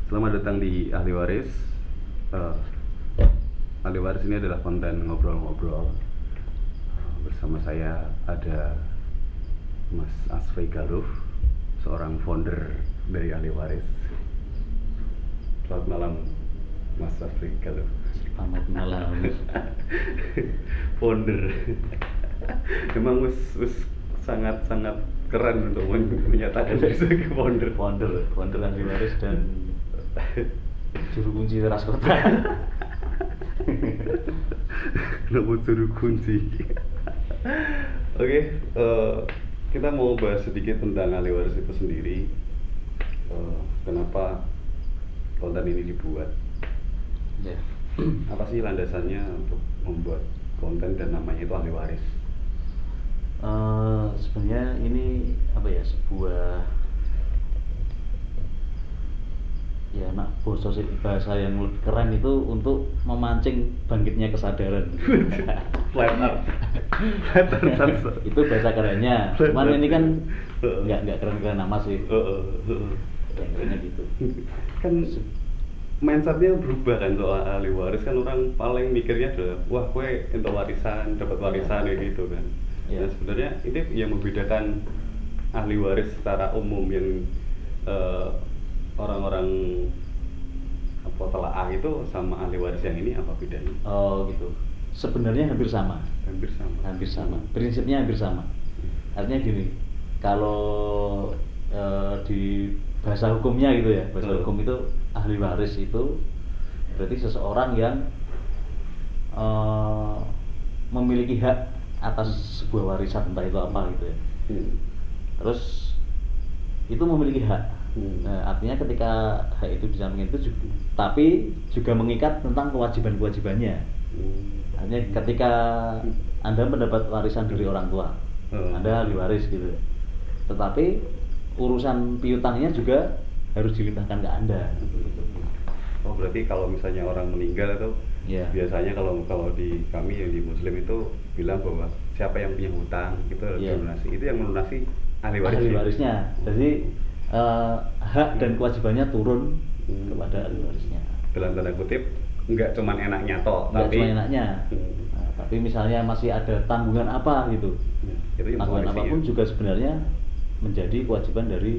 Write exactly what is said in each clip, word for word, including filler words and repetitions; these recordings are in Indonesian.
Selamat datang di Ahli Waris. Uh, Ahli Waris ini adalah konten ngobrol-ngobrol. Uh, bersama saya ada Mas Asfi Galuh, seorang founder dari Ahli Waris. Selamat malam, Mas Asfi Galuh. Selamat malam. Founder. Emang wis wis sangat-sangat keren untuk menyatakan diri sebagai founder. Founder, founder Ahli Waris dan juru kunci teras kota. Kenapa juru kunci? Oke, okay, uh, kita mau bahas sedikit tentang Ahli Waris itu sendiri. Uh, kenapa konten ini dibuat? Ya. Apa sih landasannya untuk membuat konten dan namanya itu Ahli Waris? Uh, sebenarnya ini apa ya, sebuah ya nak bahasa bahasa yang lebih keren itu untuk memancing bangkitnya kesadaran. Flat art. Flat art. Itu bahasa kerennya. Cuman ini kan nggak nggak keren-keren amat sih. Yang kerennya gitu. Kan mindsetnya berubah kan soal ahli waris, kan orang paling mikirnya adalah wah gue untuk warisan, dapat warisan ya. Gitu kan. Ya. Nah sebenarnya itu yang membedakan ahli waris secara umum yang uh, orang-orang apa telaah itu sama ahli waris yang ini apa bedanya? Oh gitu. Sebenarnya hampir sama. Hampir sama. Hampir sama. Prinsipnya hampir sama. Artinya gini, kalau e, di bahasa hukumnya gitu ya, bahasa hmm. hukum itu ahli waris itu berarti seseorang yang e, memiliki hak atas sebuah warisan, entah itu apa gitu ya. Hmm. Terus itu memiliki hak. Hmm. Nah, artinya ketika hak itu disampaikan itu juga, tapi juga mengikat tentang kewajiban-kewajibannya. Hmm. Artinya ketika Anda mendapat warisan dari orang tua, hmm. Anda ahli waris gitu. Tetapi urusan piutangnya juga harus dilimpahkan ke Anda. Oh berarti kalau misalnya orang meninggal itu yeah. Biasanya kalau kalau di kami yang di Muslim itu bilang bahwa siapa yang punya hutang itu harus yeah. dilunasi. Itu yang melunasi ahli warisnya. Ahli warisnya. Jadi Uh, hak dan kewajibannya turun hmm. kepada ahli warisnya. Dalam tanda kutip, nggak cuma enaknya toh, nggak tapi cuma enaknya. Hmm. Nah, tapi misalnya masih ada tanggungan apa gitu, hmm. itu tanggungan apapun ya. Juga sebenarnya menjadi kewajiban dari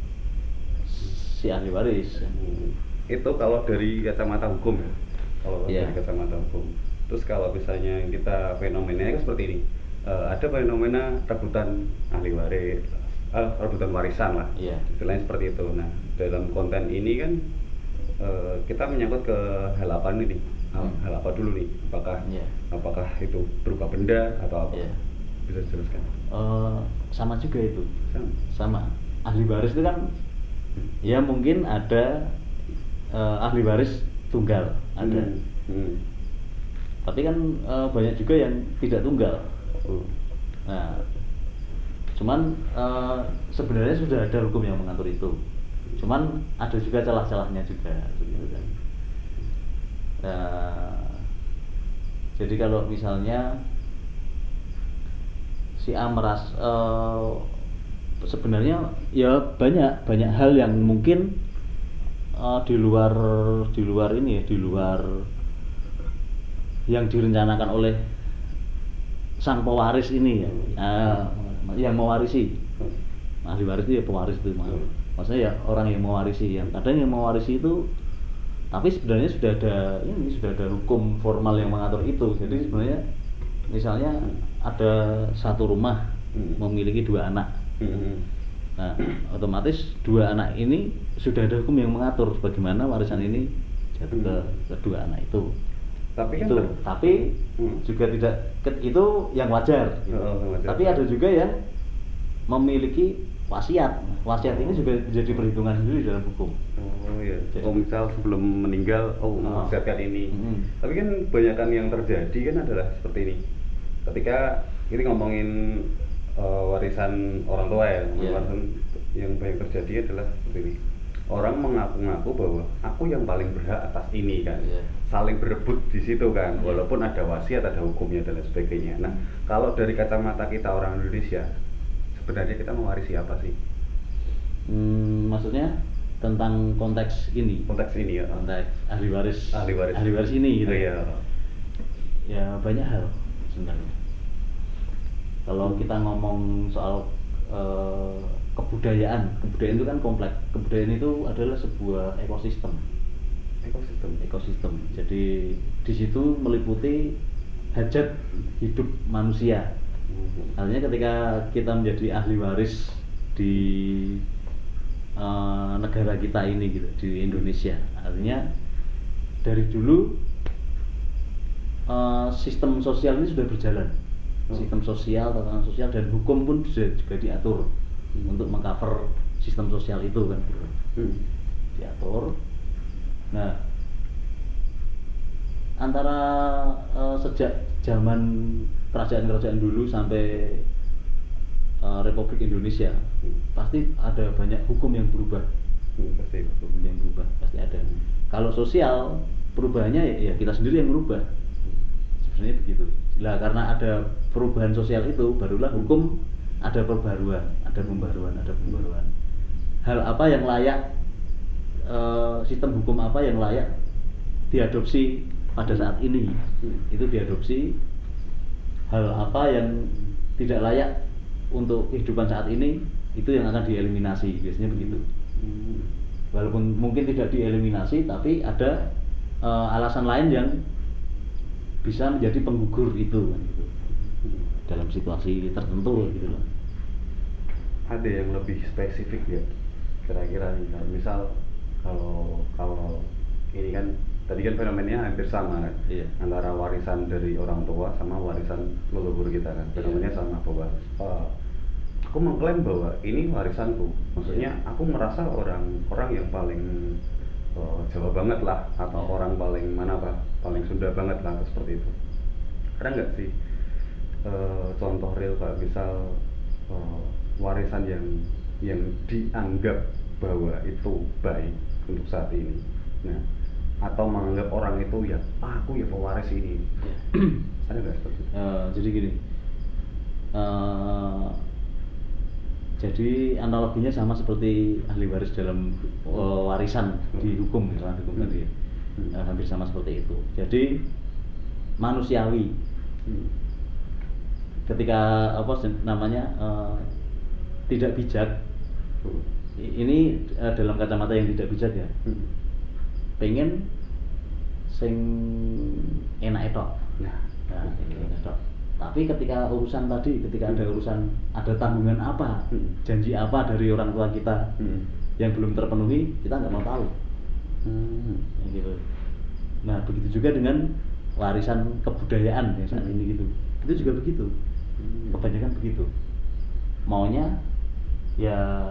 si ahli waris. Hmm. Itu kalau dari kacamata hukum ya, kalau yeah. dari kacamata hukum. Terus kalau misalnya kita fenomenanya seperti ini, uh, ada fenomena rebutan ahli waris. Uh, rebutan warisan lah, yeah. Istilahnya seperti itu. Nah, dalam konten ini kan uh, kita menyangkut ke hal apa nih? Hmm. Hal apa dulu nih? Apakah yeah. apakah itu berupa benda atau apa? Yeah. Bisa dijelaskan? Uh, sama juga itu. Sama. Sama. Ahli waris itu kan, hmm. ya mungkin ada uh, ahli waris tunggal, ada. Hmm. Hmm. Tapi kan uh, banyak juga yang tidak tunggal. Hmm. Nah. Cuman uh, sebenarnya sudah ada hukum yang mengatur itu. Cuman ada juga celah-celahnya juga, gitu kan. Nah, jadi kalau misalnya si A meras, uh, sebenarnya ya banyak banyak hal yang mungkin uh, di luar di luar ini ya, di luar yang direncanakan oleh sang pewaris ini ya. Uh, yang mewarisi, ahli waris itu ya pewaris itu, maksudnya ya orang yang mewarisi, yang kadang yang mewarisi itu, tapi sebenarnya sudah ada ini sudah ada hukum formal yang mengatur itu. Jadi sebenarnya misalnya ada satu rumah memiliki dua anak, nah otomatis dua anak ini sudah ada hukum yang mengatur bagaimana warisan ini jatuh ke kedua anak itu. Tapi itu, kan tapi hmm. juga tidak itu yang wajar, gitu. Oh, wajar. Tapi ada juga yang memiliki wasiat. Wasiat oh. ini juga jadi perhitungan sendiri dalam hukum. Oh iya. Jadi, oh misal sebelum meninggal, oh, oh. mewasiatkan ini. Hmm. Tapi kan kebanyakan yang terjadi kan adalah seperti ini. Ketika ini ngomongin uh, warisan orang tua ya, yeah. warisan yang banyak terjadi adalah seperti ini. Orang mengaku-ngaku bahwa aku yang paling berhak atas ini kan, yeah. saling berebut di situ kan, yeah. walaupun ada wasiat, ada hukumnya dan lain sebagainya. Nah, kalau dari kacamata kita orang Indonesia, sebenarnya kita mewarisi apa sih? Hmm, maksudnya? tentang konteks ini. Konteks ini ya. Konteks ahli waris. Ahli waris. Ahli waris ini gitu. Oh, iya. Ya banyak hal sebenarnya. Kalau kita ngomong soal uh, kebudayaan, kebudayaan itu kan kompleks. Kebudayaan itu adalah sebuah ekosistem. Ekosistem. Ekosistem. Jadi di situ meliputi hajat hidup manusia. Artinya ketika kita menjadi ahli waris di uh, negara kita ini gitu, di Indonesia, artinya dari dulu uh, sistem sosial ini sudah berjalan. Sistem sosial, tatanan sosial dan hukum pun sudah juga diatur hmm. untuk mengcover sistem sosial itu kan gitu. Hmm. Diatur. Nah, antara uh, sejak zaman kerajaan-kerajaan dulu sampai uh, Republik Indonesia hmm. pasti ada banyak hukum yang berubah. Hmm, pasti hukum yang berubah pasti ada. Kalau sosial perubahannya ya, ya kita sendiri yang merubah. Sebenarnya begitu. Lah karena ada perubahan sosial itu barulah hukum ada perbaruan, ada pembaruan, ada pembaruan. Hal apa yang layak, uh, sistem hukum apa yang layak diadopsi pada saat ini, hmm. itu diadopsi. Hal apa yang tidak layak untuk kehidupan saat ini, itu yang akan dieliminasi, biasanya begitu. Hmm. Walaupun mungkin tidak dieliminasi, tapi ada uh, alasan lain yang bisa menjadi penggugur itu, gitu. Hmm. Dalam situasi tertentu, gitu loh. Ada yang lebih spesifik ya, kira-kira nih, misal kalau kalau ini kan tadi kan fenomenanya hampir sama kan, iya. Antara warisan dari orang tua sama warisan leluhur kita kan, fenomenanya iya. sama bahwa uh, aku mengklaim bahwa ini warisanku, maksudnya iya. aku merasa orang orang yang paling uh, Jawa banget lah, atau iya. orang paling mana pak, paling Sunda banget lah, seperti itu. Ada nggak sih uh, contoh real pak, misal uh, warisan yang yang dianggap bahwa itu baik untuk saat ini, nah atau menganggap orang itu ya ah, aku ya pewaris ini, ya. Ada nggak seperti itu? Uh, jadi gini, uh, jadi analoginya sama seperti ahli waris dalam uh, warisan hmm. di hukum, misalnya hukum hmm. tadi, hmm. uh, hampir sama seperti itu. Jadi manusiawi, hmm. ketika apa namanya uh, tidak bijak, hmm. ini uh, dalam kacamata yang tidak bijak ya. Hmm. Pengen sing enak itu, nah, nah ini enak. Tapi ketika urusan tadi, ketika hmm. ada urusan, ada tanggungan apa, hmm. janji apa dari orang tua kita hmm. yang belum terpenuhi, kita nggak mau tahu. Hmm. Ya, gitu. Nah begitu juga dengan warisan kebudayaan ya saat hmm. ini gitu. Itu juga begitu. Hmm. Kebanyakan begitu. Maunya ya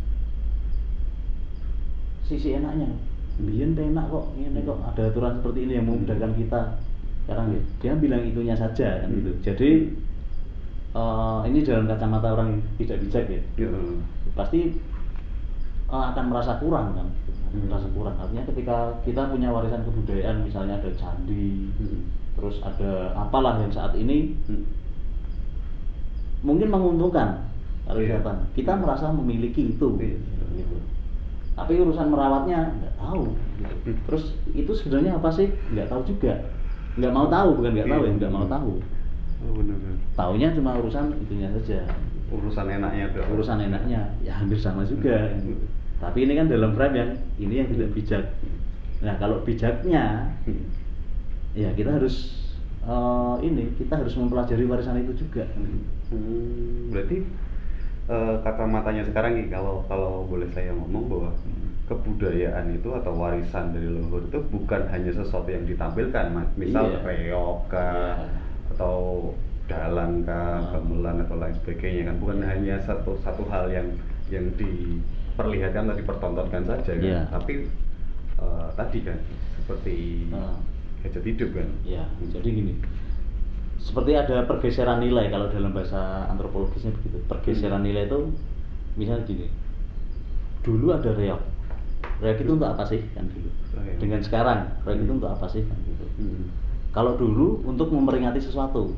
sisi enaknya. Biyen enak kok, ini kok ada aturan seperti ini yang memudahkan kita. Sekarang ya, dia bilang itunya saja kan gitu. Jadi uh, ini dalam kacamata orang yang tidak bijak ya. Hmm. Pasti uh, akan merasa kurang kan, hmm. merasa kurang. Artinya ketika kita punya warisan kebudayaan, misalnya ada candi, hmm. terus ada apalah yang saat ini hmm. mungkin menguntungkan kalau yeah. kita hmm. merasa memiliki itu. Yeah. Gitu. Tapi urusan merawatnya nggak tahu gitu. Terus itu sebenarnya apa sih, nggak tahu juga, nggak mau tahu, bukan nggak tahu ya, nggak mau tahu. Oh, benar-benar. Taunya cuma urusan itunya saja, urusan enaknya tuh. Urusan enaknya ya hampir sama juga. Hmm. Tapi ini kan dalam frame yang ini yang tidak bijak. Nah kalau bijaknya hmm. ya kita harus uh, ini kita harus mempelajari warisan itu juga. Hmm. Berarti Uh, kacamatanya sekarang nih, kalau kalau boleh saya ngomong bahwa hmm. kebudayaan itu atau warisan dari leluhur itu bukan hanya sesuatu yang ditampilkan, misal iya. reok kah, iya. atau dalang kah, hmm. gamelan atau lain sebagainya kan, bukan iya. hanya satu satu hal yang yang diperlihatkan atau dipertontonkan saja kan, iya. tapi uh, tadi kan seperti hmm. gadget hidup kan. Iya. Hmm. Jadi gini. Seperti ada pergeseran nilai kalau dalam bahasa antropologisnya begitu. Pergeseran hmm. nilai itu misalnya gini. Dulu ada reok. Reok itu untuk apa sih kan dulu. Oh, iya. Dengan sekarang reok hmm. itu untuk apa sih kan gitu. Hmm. Kalau dulu untuk memperingati sesuatu.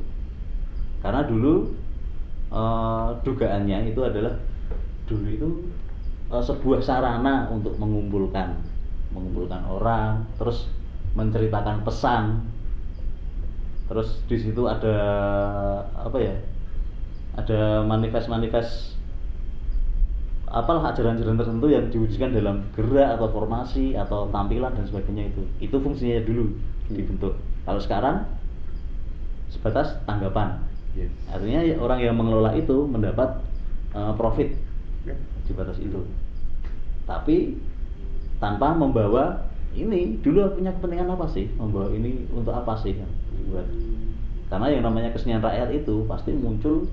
Karena dulu uh, dugaannya itu adalah dulu itu uh, sebuah sarana untuk mengumpulkan mengumpulkan orang, terus menceritakan pesan, terus di situ ada apa ya, ada manifest-manifest apalah ajaran-ajaran tertentu yang diwujudkan dalam gerak atau formasi atau tampilan dan sebagainya. Itu itu fungsinya dulu dibentuk. Kalau sekarang sebatas tanggapan. Yes. Artinya orang yang mengelola itu mendapat uh, profit yeah. di batas itu, tapi tanpa membawa ini dulu punya kepentingan apa sih, membawa ini untuk apa sih kan? Buat karena yang namanya kesenian rakyat itu pasti muncul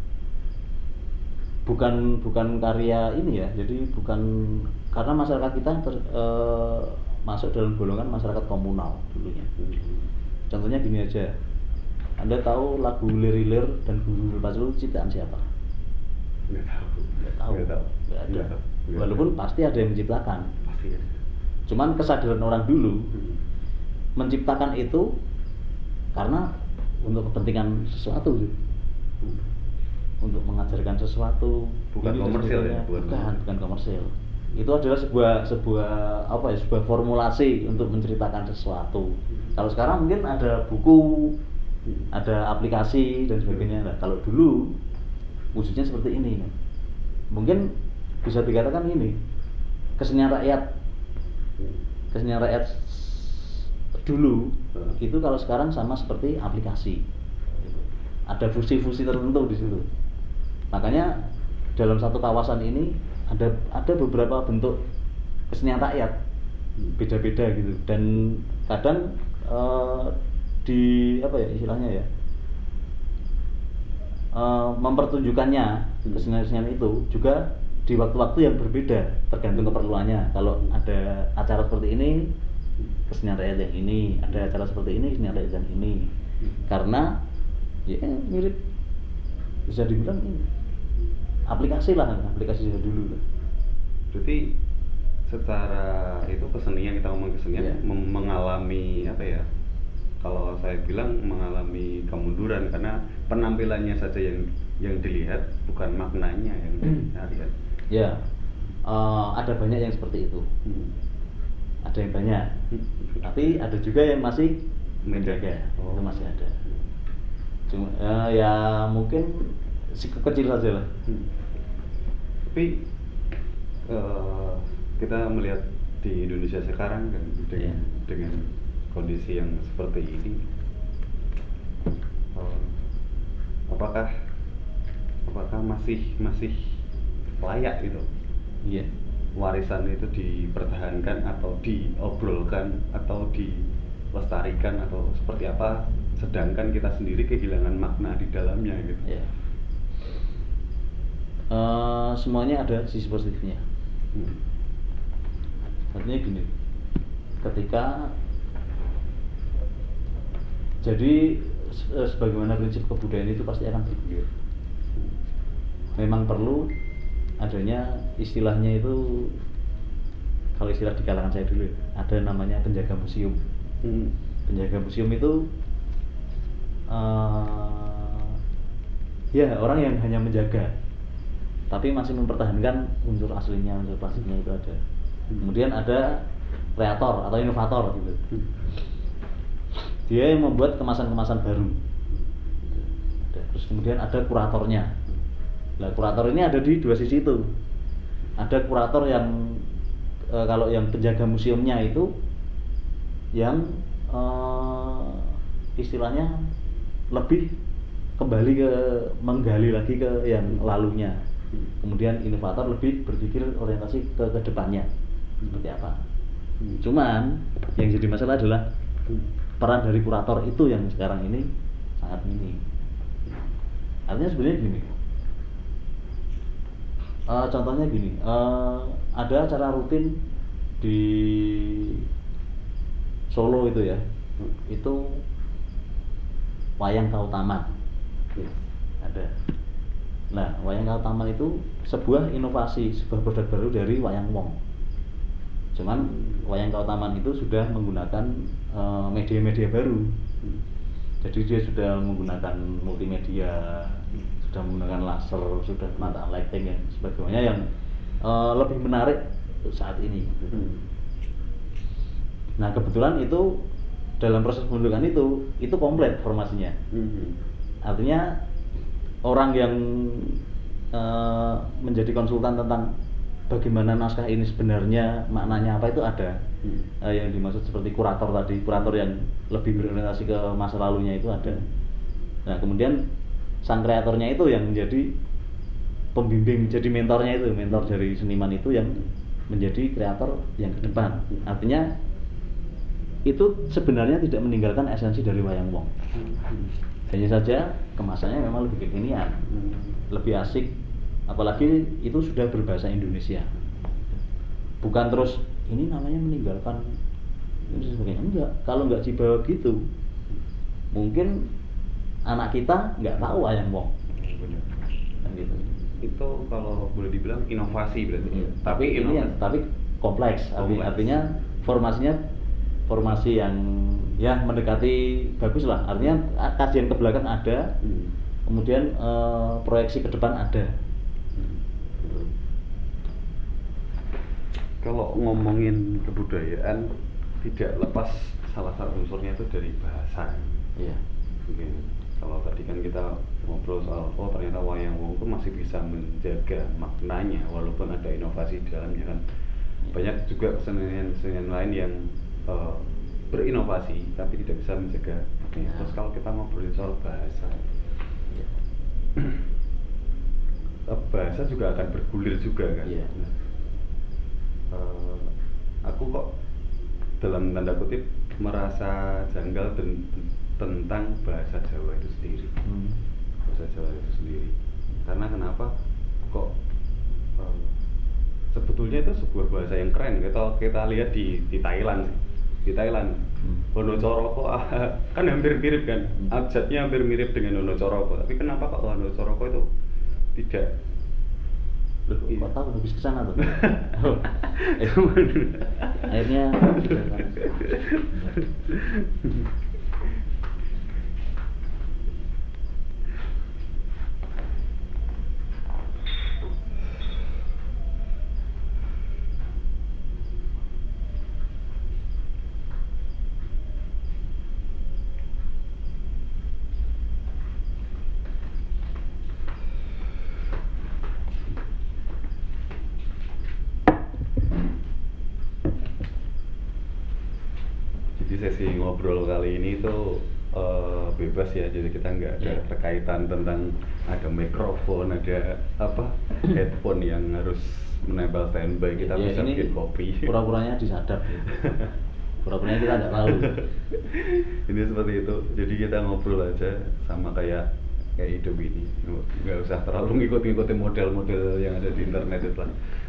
bukan bukan karya ini ya, jadi bukan karena masyarakat kita ter, uh, masuk dalam golongan masyarakat komunal dulunya. Contohnya gini aja, Anda tahu lagu Lirilir dan Guru Pacul ciptaan siapa? Nggak tahu. Nggak tahu. Nggak tahu. Nggak ada. Nggak tahu. Nggak Walaupun tahu. pasti ada yang menciptakan. Pasti ada. Cuman kesadaran orang dulu Hmm. menciptakan itu karena untuk kepentingan sesuatu, Hmm. untuk mengajarkan sesuatu. Bukan ini komersil ya? bukan, Bukan, bukan komersil. Itu adalah sebuah sebuah apa ya, sebuah formulasi untuk menceritakan sesuatu. Kalau sekarang mungkin ada buku, ada aplikasi dan sebagainya. Nah, kalau dulu wujudnya seperti ini, mungkin bisa dikatakan ini kesenian rakyat. Kesenian rakyat dulu itu kalau sekarang sama seperti aplikasi. Ada fungsi-fungsi tertentu di situ. Makanya dalam satu kawasan ini ada ada beberapa bentuk kesenian rakyat beda-beda gitu, dan kadang uh, di apa ya istilahnya ya, uh, mempertunjukkannya kesenian-kesenian itu juga di waktu-waktu yang berbeda tergantung keperluannya. Kalau ada acara seperti ini kesenian rakyat yang ini, ada acara seperti ini kesenian rakyat yang ini, karena ya mirip, bisa dibilang ini aplikasi lah, aplikasi dari dulu lah. Berarti secara itu kesenian, kita ngomong kesenian yeah. mem- mengalami apa ya, kalau saya bilang mengalami kemunduran karena penampilannya saja yang yang dilihat, bukan maknanya yang dilihat. Ya, uh, ada banyak yang seperti itu. Hmm. Ada yang banyak, tapi ada juga yang masih menjaga. Oh. Itu masih ada. Cuma uh, ya mungkin kecil saja lah. Hmm. Tapi uh, kita melihat di Indonesia sekarang kan dengan, yeah. dengan kondisi yang seperti ini, uh, apakah apakah masih masih layak gitu? Iya. Yeah. Warisan itu dipertahankan atau diobrolkan atau dilestarikan atau seperti apa, sedangkan kita sendiri kehilangan makna di dalamnya gitu. Yeah. Uh, semuanya ada sisi positifnya. Hmm. Artinya gini, ketika jadi sebagaimana prinsip kebudayaan itu pasti akan bergulir. Memang perlu adanya istilahnya itu, kalau istilah di kalangan saya dulu ada namanya penjaga museum. Hmm. Penjaga museum itu uh, ya orang yang hanya menjaga tapi masih mempertahankan unsur aslinya, unsur klasiknya itu ada. Hmm. Kemudian ada kreator atau inovator gitu. Hmm. Dia yang membuat kemasan-kemasan baru. Terus kemudian ada kuratornya. Nah, kurator ini ada di dua sisi itu. Ada kurator yang e, kalau yang penjaga museumnya itu yang e, istilahnya lebih kembali ke menggali lagi ke yang lalunya. Kemudian inovator lebih berpikir orientasi ke kedepannya seperti apa. Cuman yang jadi masalah adalah peran dari kurator itu yang sekarang ini sangat minim. Artinya sebenarnya gini. Uh, contohnya gini, uh, ada acara rutin di Solo itu ya, itu Wayang Kautaman. Ada. Nah, Wayang Kautaman itu sebuah inovasi, sebuah produk baru dari Wayang Wong. Cuman Wayang Kautaman itu sudah menggunakan uh, media-media baru. Jadi dia sudah menggunakan multimedia, sudah menggunakan laser, sudah penataan lighting dan sebagainya yang uh, lebih menarik saat ini. Hmm. Nah kebetulan itu dalam proses pembentukan itu itu komplit formasinya. Hmm. Artinya orang yang uh, menjadi konsultan tentang bagaimana naskah ini sebenarnya maknanya apa itu ada. Hmm. Uh, yang dimaksud seperti kurator tadi, kurator yang lebih berorientasi ke masa lalunya itu ada. Nah kemudian sang kreatornya itu yang menjadi pembimbing, jadi mentornya itu, mentor dari seniman itu yang menjadi kreator yang ke depan. Artinya itu sebenarnya tidak meninggalkan esensi dari wayang wong. Hanya saja kemasannya memang lebih kekinian, lebih asik, apalagi itu sudah berbahasa Indonesia. Bukan terus ini namanya meninggalkan ini sebagainya. Enggak, kalau nggak dibawa gitu, mungkin anak kita nggak tahu wayang wong. Kan gitu. Itu kalau boleh dibilang inovasi berarti. Hmm. Tapi ini yang, tapi kompleks. kompleks. Artinya formasinya formasi yang ya mendekati bagus lah. Artinya kajian ke belakang ada, hmm. kemudian uh, proyeksi ke depan ada. Hmm. Kalau ngomongin kebudayaan tidak lepas salah satu unsurnya itu dari bahasa. Iya. Mungkin kalau tadi kan kita ngobrol soal oh ternyata wayang wong itu masih bisa menjaga maknanya walaupun ada inovasi di dalamnya kan. Ya. Banyak juga kesenian-kesenian lain yang uh, berinovasi tapi tidak bisa menjaga maknanya. Ya. Terus kalau kita ngobrolin soal bahasa, ya. bahasa juga akan bergulir juga kan. Ya. Nah, uh, aku kok dalam tanda kutip merasa janggal dan tentang bahasa Jawa itu sendiri. Hmm. Bahasa Jawa itu sendiri. Karena kenapa? Kok uh, sebetulnya itu sebuah bahasa yang keren. Kita kita lihat di di Thailand sih. Di Thailand. Hmm. Hono Coroko kan hampir mirip kan. Hmm. Abjadnya hampir mirip dengan Hono Coroko. Tapi kenapa kok Hono Coroko itu tidak? Loh, kok tahu habis kesana tuh? Oh. Eh, akhirnya sesi ngobrol kali ini tuh uh, bebas ya, jadi kita nggak ada yeah. terkaitan tentang ada mikrofon, ada apa headphone yang harus menempel standby, kita yeah, bisa bikin kopi. Pura-puranya disadap gitu. Pura-puranya kita nggak tahu. Ini seperti itu, jadi kita ngobrol aja sama kayak kayak hidup ini, nggak usah terlalu ngikut-ngikutin model-model yang ada di internet itu lah.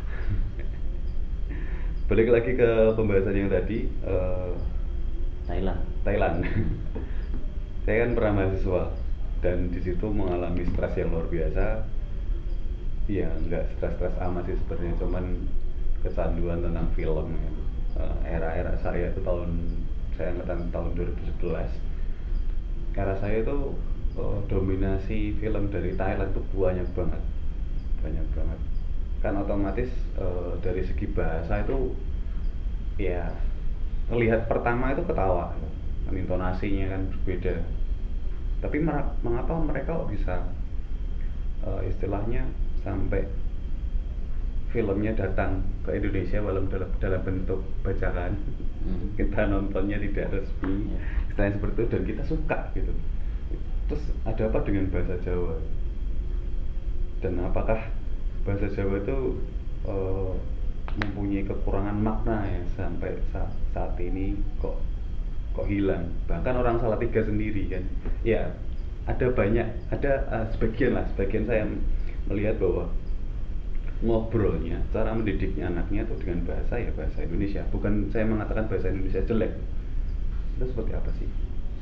Balik lagi ke pembahasan yang tadi. Uh, Thailand. Thailand. Saya kan pernah mahasiswa dan di situ mengalami stres yang luar biasa. Ya nggak stres-stres amat sih sebenarnya, cuman kecanduan tentang film. Ya. Uh, era-era saya itu tahun saya angkatan tahun dua ribu sebelas. Era saya itu uh, dominasi film dari Thailand tuh banyak banget, banyak banget. Kan otomatis uh, dari segi bahasa itu ya melihat pertama itu ketawa, kan intonasinya kan berbeda. Tapi mer- mengapa mereka kok bisa uh, istilahnya sampai filmnya datang ke Indonesia walaupun dalam, dalam bentuk bacaan, hmm. kita nontonnya tidak resmi, yeah. istilahnya seperti itu dan kita suka gitu. Terus ada apa dengan bahasa Jawa? Dan apakah bahasa Jawa itu uh, mempunyai kekurangan makna ya sampai saat, saat ini kok kok hilang, bahkan orang Salatiga sendiri kan ya ada banyak ada uh, sebagian lah sebagian saya melihat bahwa ngobrolnya, cara mendidiknya anaknya itu dengan bahasa ya bahasa Indonesia, bukan saya mengatakan bahasa Indonesia jelek. Itu seperti apa sih?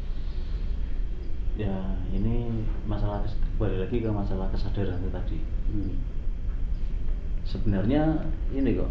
Ya ini masalah, kembali lagi ke masalah kesadaran itu tadi. hmm. Sebenarnya ini kok,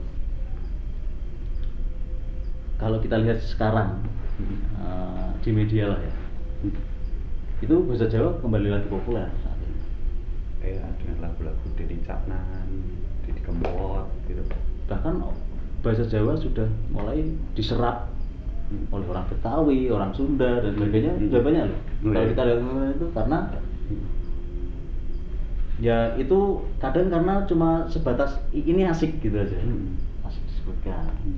kalau kita lihat sekarang hmm. uh, di media lah ya, hmm. itu bahasa Jawa kembali lagi populer saat ini. Ya dengan lagu-lagu Denny Caknan. di Kempot gitu. Bahkan bahasa Jawa sudah mulai diserap hmm. oleh orang Betawi, orang Sunda dan sebagainya, hmm. sudah banyak loh. Hmm. Kalau kita lihat itu karena hmm. ya itu kadang karena cuma sebatas ini asik gitu aja, hmm. asik disebutkan. Hmm.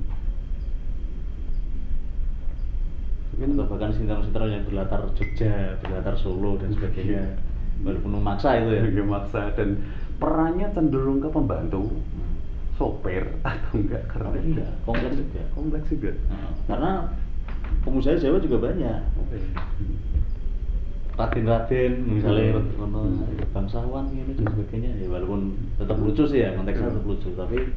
Atau bahkan sinetron-sinetron yang berlatar Jogja, berlatar Solo dan sebagainya, walaupun memaksa itu ya. Memaksa dan perannya cenderung ke pembantu, sopir atau enggak karena enggak kompleks juga. Kompleks juga. Nah, karena pengusaha Jawa juga banyak. Okay. Raden-raden misalnya hmm. bangsawan gitu dan sebagainya, ya walaupun tetap lucu sih ya, konteksnya tetap lucu, tapi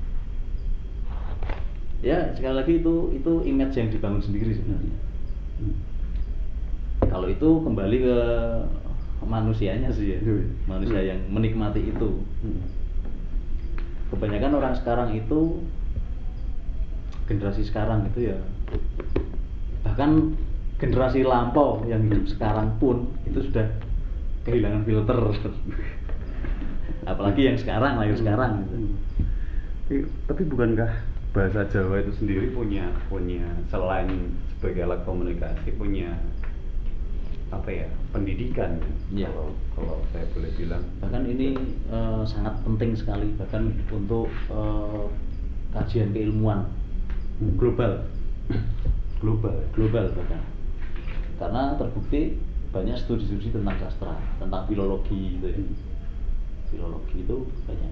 ya sekali lagi itu itu image yang dibangun sendiri sebenarnya. Hmm. Kalau itu kembali ke manusianya sih ya, hmm. manusia yang menikmati itu. Hmm. Kebanyakan orang sekarang itu, generasi sekarang itu ya, bahkan generasi lampau yang hidup sekarang pun itu sudah kehilangan filter. Apalagi yang sekarang, lahir sekarang gitu. Hmm. Tapi bukankah bahasa Jawa itu sendiri punya punya selain sebagai alat komunikasi punya apa ya, pendidikan ya. Kalau kalau saya boleh bilang bahkan ini uh, sangat penting sekali bahkan untuk uh, kajian keilmuan hmm. global global global bahkan karena terbukti banyak studi-studi tentang sastra, tentang filologi gitu ya. Hmm. Filologi itu banyak.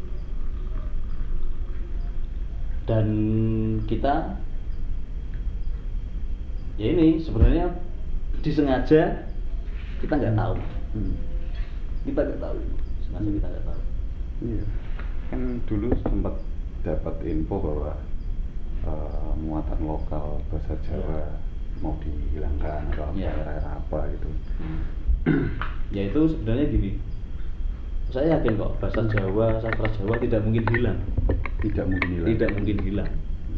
Dan kita ya ini sebenarnya disengaja kita nggak tahu, hmm. kita nggak tahu, sengaja kita nggak tahu. Iya, kan dulu sempat dapat info bahwa uh, muatan lokal bahasa Jawa yeah. mau dihilangkan atau yeah. era-era apa gitu. Hmm. Ya itu sebenarnya gini, saya yakin kok bahasa Jawa, sastra Jawa tidak mungkin hilang. Tidak mungkin hilang. Tidak mungkin hilang.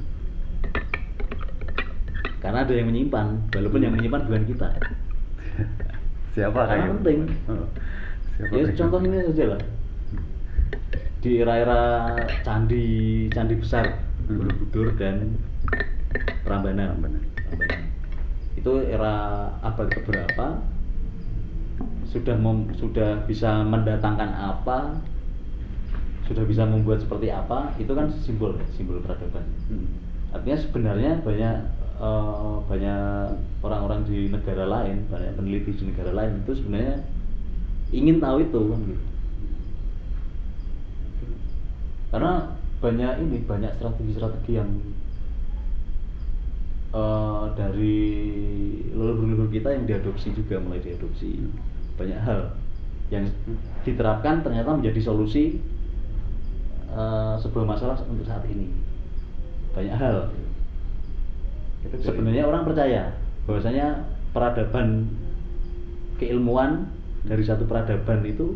Karena ada yang menyimpan, walaupun yang menyimpan bukan kita. Siapa? Karena penting. Oh. Siapa ya contoh ini saja lah. Di era-era candi, candi besar, hmm. Borobudur dan Prambanan. Prambanan. Prambanan. Itu era abad keberapa? Sudah mem, sudah bisa mendatangkan apa? Sudah bisa membuat seperti apa? Itu kan simbol, simbol peradaban. Hmm. Artinya sebenarnya banyak uh, banyak orang-orang di negara lain, banyak peneliti di negara lain itu sebenarnya ingin tahu itu kan gitu. Karena banyak ini banyak strategi-strategi yang uh, dari leluhur-leluhur kita yang diadopsi juga mulai diadopsi. Banyak hal yang diterapkan ternyata menjadi solusi uh, sebuah masalah untuk saat ini. Banyak hal. Sebenarnya orang percaya bahwasanya peradaban keilmuan dari satu peradaban itu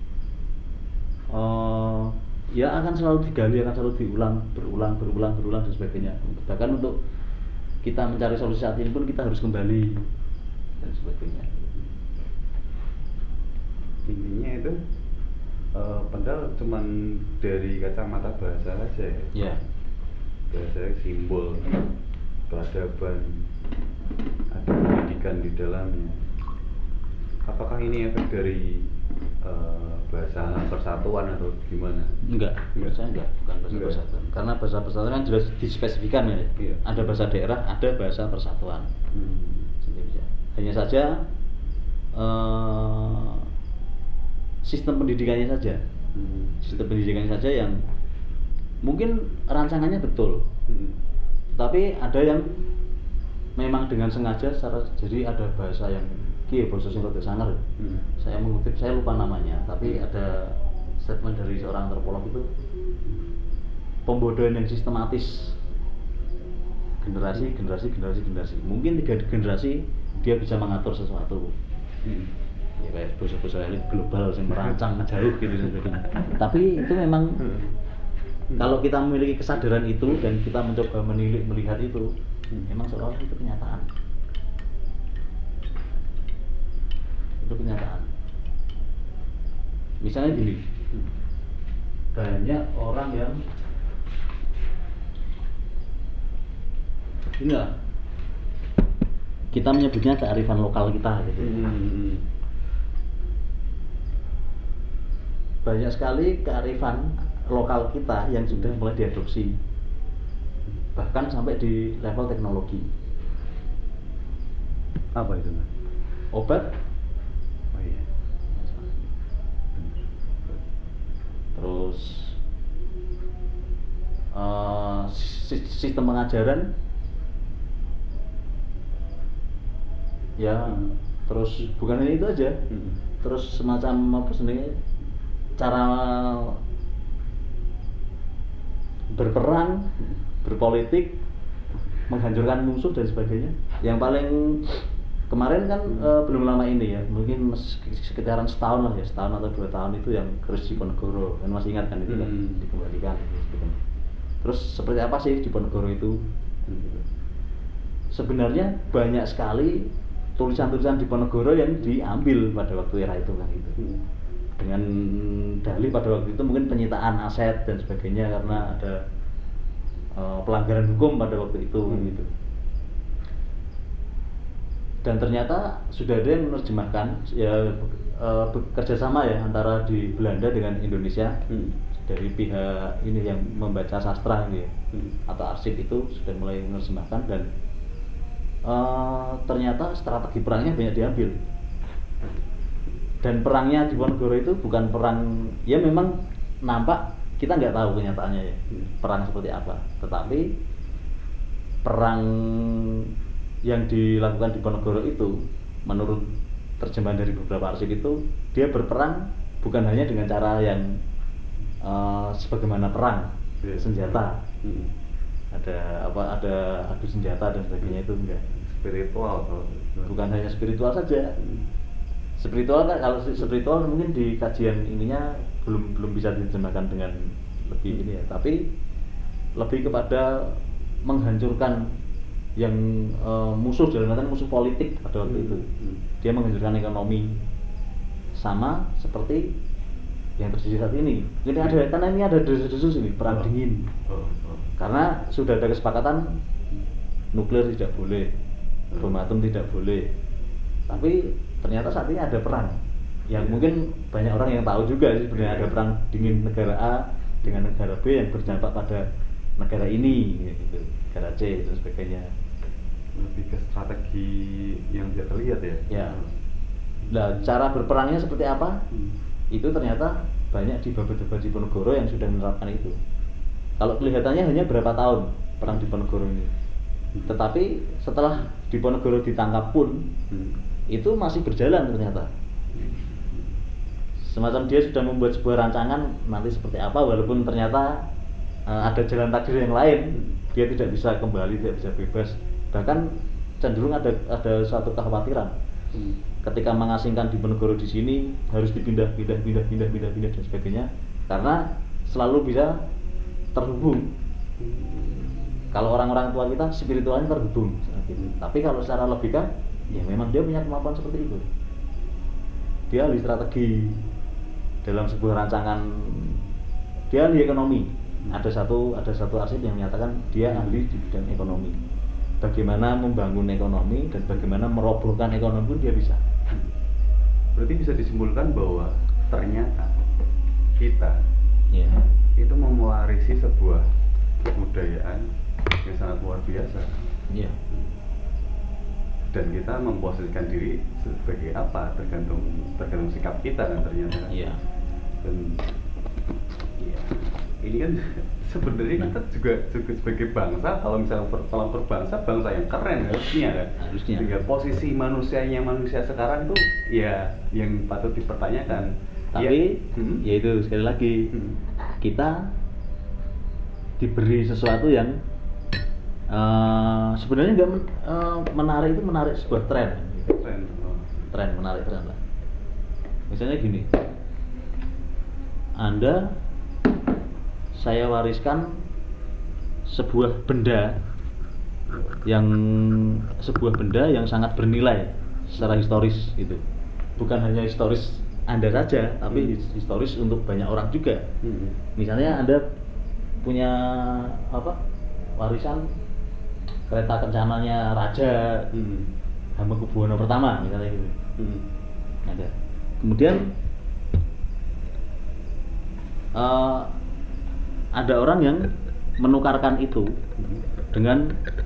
uh, ya akan selalu digali, akan selalu diulang, berulang, berulang, berulang dan sebagainya. Bahkan untuk kita mencari solusi saat ini pun kita harus kembali dan sebagainya. Intinya itu uh, padahal cuman dari kacamata bahasa aja ya. Yeah. Bahasa simbol peradaban, ada pendidikan di dalamnya. Apakah ini efek dari uh, bahasa persatuan atau gimana? Enggak, menurut saya enggak, bukan bahasa enggak. Persatuan. Karena bahasa persatuan kan jelas dispesifikan ya. Iya. Ada bahasa daerah, ada bahasa persatuan. Hmm. Hanya saja uh, sistem pendidikannya saja, hmm. sistem pendidikannya saja yang mungkin rancangannya betul, hmm. tapi ada yang memang dengan sengaja secara, jadi ada bahasa yang kieu bahasa sing rada sangar. Hmm. Saya mengutip, saya lupa namanya, tapi hmm. ada statement dari seorang antropolog itu pembodohan yang sistematis generasi, generasi, generasi, generasi. Mungkin tiga generasi dia bisa mengatur sesuatu. Hmm. Ya kayak bos-bos elit global yang merancang jauh gitu sebagainya. Tapi itu memang hmm. kalau kita memiliki kesadaran itu dan kita mencoba menilik melihat itu, hmm. memang seolah itu kenyataan. Itu kenyataan. Misalnya gini, banyak orang yang inilah kita menyebutnya kearifan lokal kita gitu. Hmm. Banyak sekali kearifan lokal kita yang sudah mulai diadopsi, bahkan sampai di level teknologi. Apa itu? Obat. Oh iya. Terus uh, sistem pengajaran, ya. Hmm. Terus bukan hanya itu aja. Hmm. Terus semacam apa sebenarnya cara berperang, berpolitik, menghancurkan musuh dan sebagainya. Yang paling kemarin kan hmm. uh, belum lama ini ya, mungkin sekitaran setahun lah ya, setahun atau dua tahun itu yang Keris Diponegoro, kan masih ingat kan itu kan hmm. dikembalikan. Terus seperti apa sih Diponegoro itu? Hmm. Sebenarnya banyak sekali tulisan-tulisan Diponegoro yang diambil pada waktu era itu kan gitu. Hmm. Dengan dalih pada waktu itu mungkin penyitaan aset dan sebagainya karena ada uh, pelanggaran hukum pada waktu itu hmm. gitu. Dan ternyata sudah ada yang menerjemahkan ya uh, bekerja sama ya antara di Belanda dengan Indonesia hmm. dari pihak ini yang membaca sastra gitu ya hmm. atau arsip itu sudah mulai menerjemahkan dan uh, ternyata strategi perangnya banyak diambil. Dan perangnya Diponegoro itu bukan perang, ya memang nampak kita nggak tahu kenyataannya ya perang seperti apa, tetapi perang yang dilakukan Diponegoro itu menurut terjemahan dari beberapa arsip itu dia berperang bukan hanya dengan cara yang uh, sebagaimana perang yeah. senjata hmm. ada apa ada adu senjata dan sebagainya itu enggak spiritual, bukan hanya spiritual saja. hmm. Spiritual kan kalau spiritual mungkin di kajian ininya belum belum bisa diterjemahkan dengan lebih ini ya, tapi lebih kepada menghancurkan yang uh, musuh dalam artian musuh politik pada waktu hmm. itu. Hmm. Dia menghancurkan ekonomi sama seperti yang terjadi saat ini. Jadi ada karena ini ada desas-desus ini perang oh. dingin. Oh. Oh. Karena sudah ada kesepakatan nuklir tidak boleh, bom atom tidak boleh. Tapi ternyata saat ini ada perang yang mungkin banyak orang yang tahu juga sih sebenarnya ada perang dingin negara A dengan negara B yang berdampak pada negara ini gitu, negara C dan sebagainya. Lebih ke strategi yang tidak terlihat ya. Ya. Nah, cara berperangnya seperti apa? Hmm. Itu ternyata banyak di beberapa Diponegoro yang sudah menerapkan itu. Kalau kelihatannya hanya berapa tahun perang Diponegoro ini. Hmm. Tetapi setelah Diponegoro ditangkap pun hmm. itu masih berjalan ternyata. Semacam dia sudah membuat sebuah rancangan nanti seperti apa, walaupun ternyata uh, ada jalan takdir yang lain, dia tidak bisa kembali, tidak bisa bebas. Bahkan cenderung ada ada suatu kekhawatiran hmm. ketika mengasingkan Diponegoro di sini harus dipindah, pindah, pindah, pindah, pindah, pindah dan sebagainya, karena selalu bisa terhubung. Hmm. Kalau orang-orang tua kita spiritualnya terhubung, hmm. tapi kalau secara logika ya memang dia punya kemampuan seperti itu. Dia ahli strategi dalam sebuah rancangan, dia ahli ekonomi. Hmm. Ada satu ada satu arsip yang menyatakan dia ahli di bidang ekonomi. Bagaimana membangun ekonomi dan bagaimana merobohkan ekonomi pun dia bisa. Berarti bisa disimpulkan bahwa ternyata kita yeah. itu mewarisi sebuah kebudayaan yang sangat luar biasa. Yeah. Dan kita memposisikan diri sebagai apa tergantung tergantung sikap kita kan ternyata. Iya. Dan iya. Ini kan sebenarnya kita juga juga sebagai bangsa kalau misalnya kalau berbangsa bangsa yang keren harusnya kan. Harusnya. Sehingga posisi manusianya manusia sekarang itu ya yang patut dipertanyakan. Tapi ya, hmm? ya itu sekali lagi hmm. kita diberi sesuatu yang Uh, sebenarnya nggak men, uh, menarik itu menarik sebuah tren, tren, oh. tren menarik tren lah. Misalnya gini, Anda, saya wariskan sebuah benda yang sebuah benda yang sangat bernilai secara historis gitu, bukan hanya historis Anda saja, tapi hmm. historis untuk banyak orang juga. Hmm. Misalnya Anda punya apa warisan kereta kencananya Raja hmm. Hamengkubuwono pertama misalnya gitu. Hmm. Ada. Kemudian uh, ada orang yang menukarkan itu hmm. dengan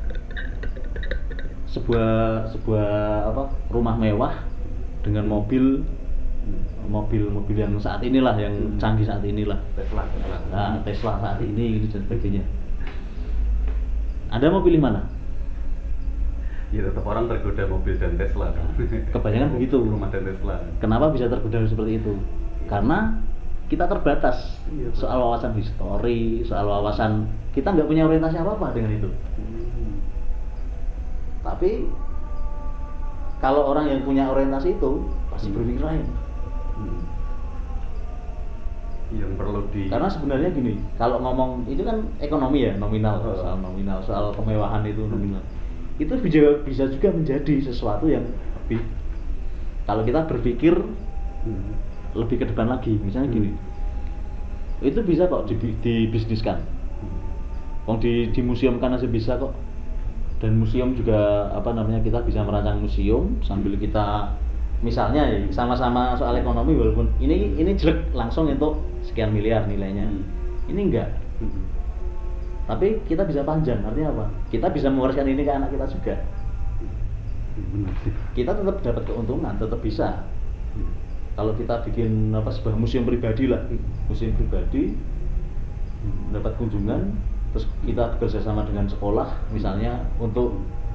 sebuah sebuah apa rumah mewah dengan mobil mobil-mobil yang saat inilah yang hmm. canggih saat inilah Tesla Tesla, nah, Tesla saat ini gitu dan sebagainya. Anda mau pilih mana? Ya tetap orang tergoda mobil dan Tesla kan. Kebanyakan begitu. Rumah dan Tesla. Kenapa bisa tergoda seperti itu? Karena kita terbatas iya, soal wawasan histori, soal wawasan kita nggak punya orientasi apa-apa dengan itu. Hmm. Tapi kalau orang yang punya orientasi itu pasti hmm. berpikir lain. Hmm. Yang perlu di karena sebenarnya gini, kalau ngomong itu kan ekonomi ya, nominal, oh. soal nominal, soal kemewahan itu nominal. Hmm. Itu bisa bisa juga menjadi sesuatu yang lebih kalau kita berpikir hmm. lebih ke depan lagi, misalnya hmm. gini. Itu bisa kok dibisniskan. Wong di di museumkan aja bisa kok. Dan museum juga apa namanya kita bisa merancang museum sambil kita misalnya ya sama-sama soal ekonomi walaupun ini ini jelek langsung untuk sekian miliar nilainya hmm. ini enggak hmm. tapi kita bisa panjang artinya apa kita bisa mewariskan ini ke anak kita juga hmm. kita tetap dapat keuntungan tetap bisa hmm. kalau kita bikin apa sebuah museum pribadi lah hmm. museum pribadi hmm. dapat kunjungan terus kita bekerja sama dengan sekolah misalnya untuk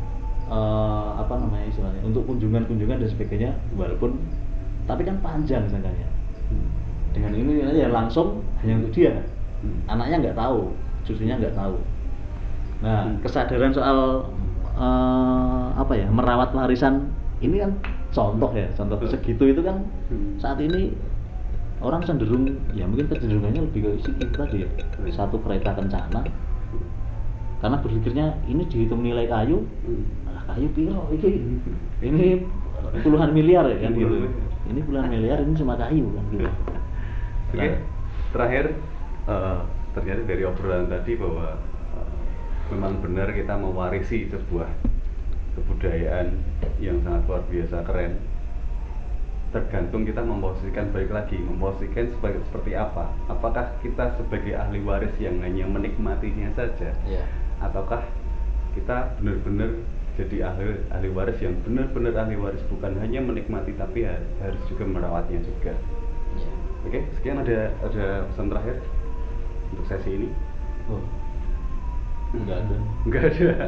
Uh, apa namanya istilahnya untuk kunjungan-kunjungan dan sebagainya walaupun tapi kan panjang jangkanya hmm. dengan ini ya langsung hanya untuk dia hmm. anaknya nggak tahu cucunya nggak tahu nah hmm. kesadaran soal uh, apa ya merawat warisan ini kan contoh ya contoh hmm. segitu itu kan hmm. saat ini orang cenderung ya mungkin kecenderungannya lebih ke itu tadi ya hmm. satu kereta kencana hmm. karena berpikirnya ini dihitung nilai kayu hmm. kayu piro ini ini puluhan miliar ya kan gitu ini puluhan miliar ini cuma kayu kan gitu. Oke okay. Terakhir uh, ternyata dari obrolan tadi bahwa uh, memang benar kita mewarisi sebuah kebudayaan yang sangat luar biasa keren tergantung kita memposisikan balik lagi memposisikan sebagai seperti apa apakah kita sebagai ahli waris yang hanya menikmatinya saja yeah. ataukah kita benar-benar jadi ahli ahli waris yang benar-benar ahli waris bukan hanya menikmati tapi harus juga merawatnya juga. Yeah. Oke, okay, sekian ada ada pesan terakhir untuk sesi ini. Oh. Enggak ada. Enggak ada. Oke,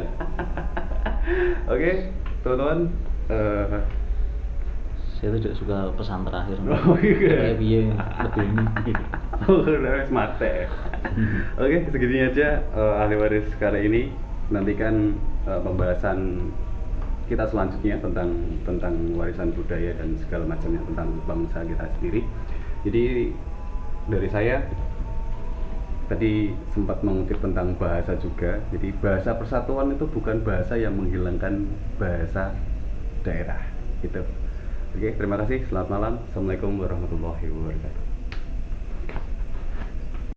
okay, teman-teman. Uh, saya tidak suka pesan terakhir. Oh iya. Kayak piye lebih ini. Oh, udah mate. Oke, segini aja uh, ahli waris kali ini. Nantikan uh, pembahasan kita selanjutnya tentang tentang warisan budaya dan segala macamnya tentang bangsa kita sendiri. Jadi dari saya tadi sempat mengutip tentang bahasa juga. Jadi bahasa persatuan itu bukan bahasa yang menghilangkan bahasa daerah. Gitu. Oke, terima kasih. Selamat malam. Assalamualaikum warahmatullahi wabarakatuh.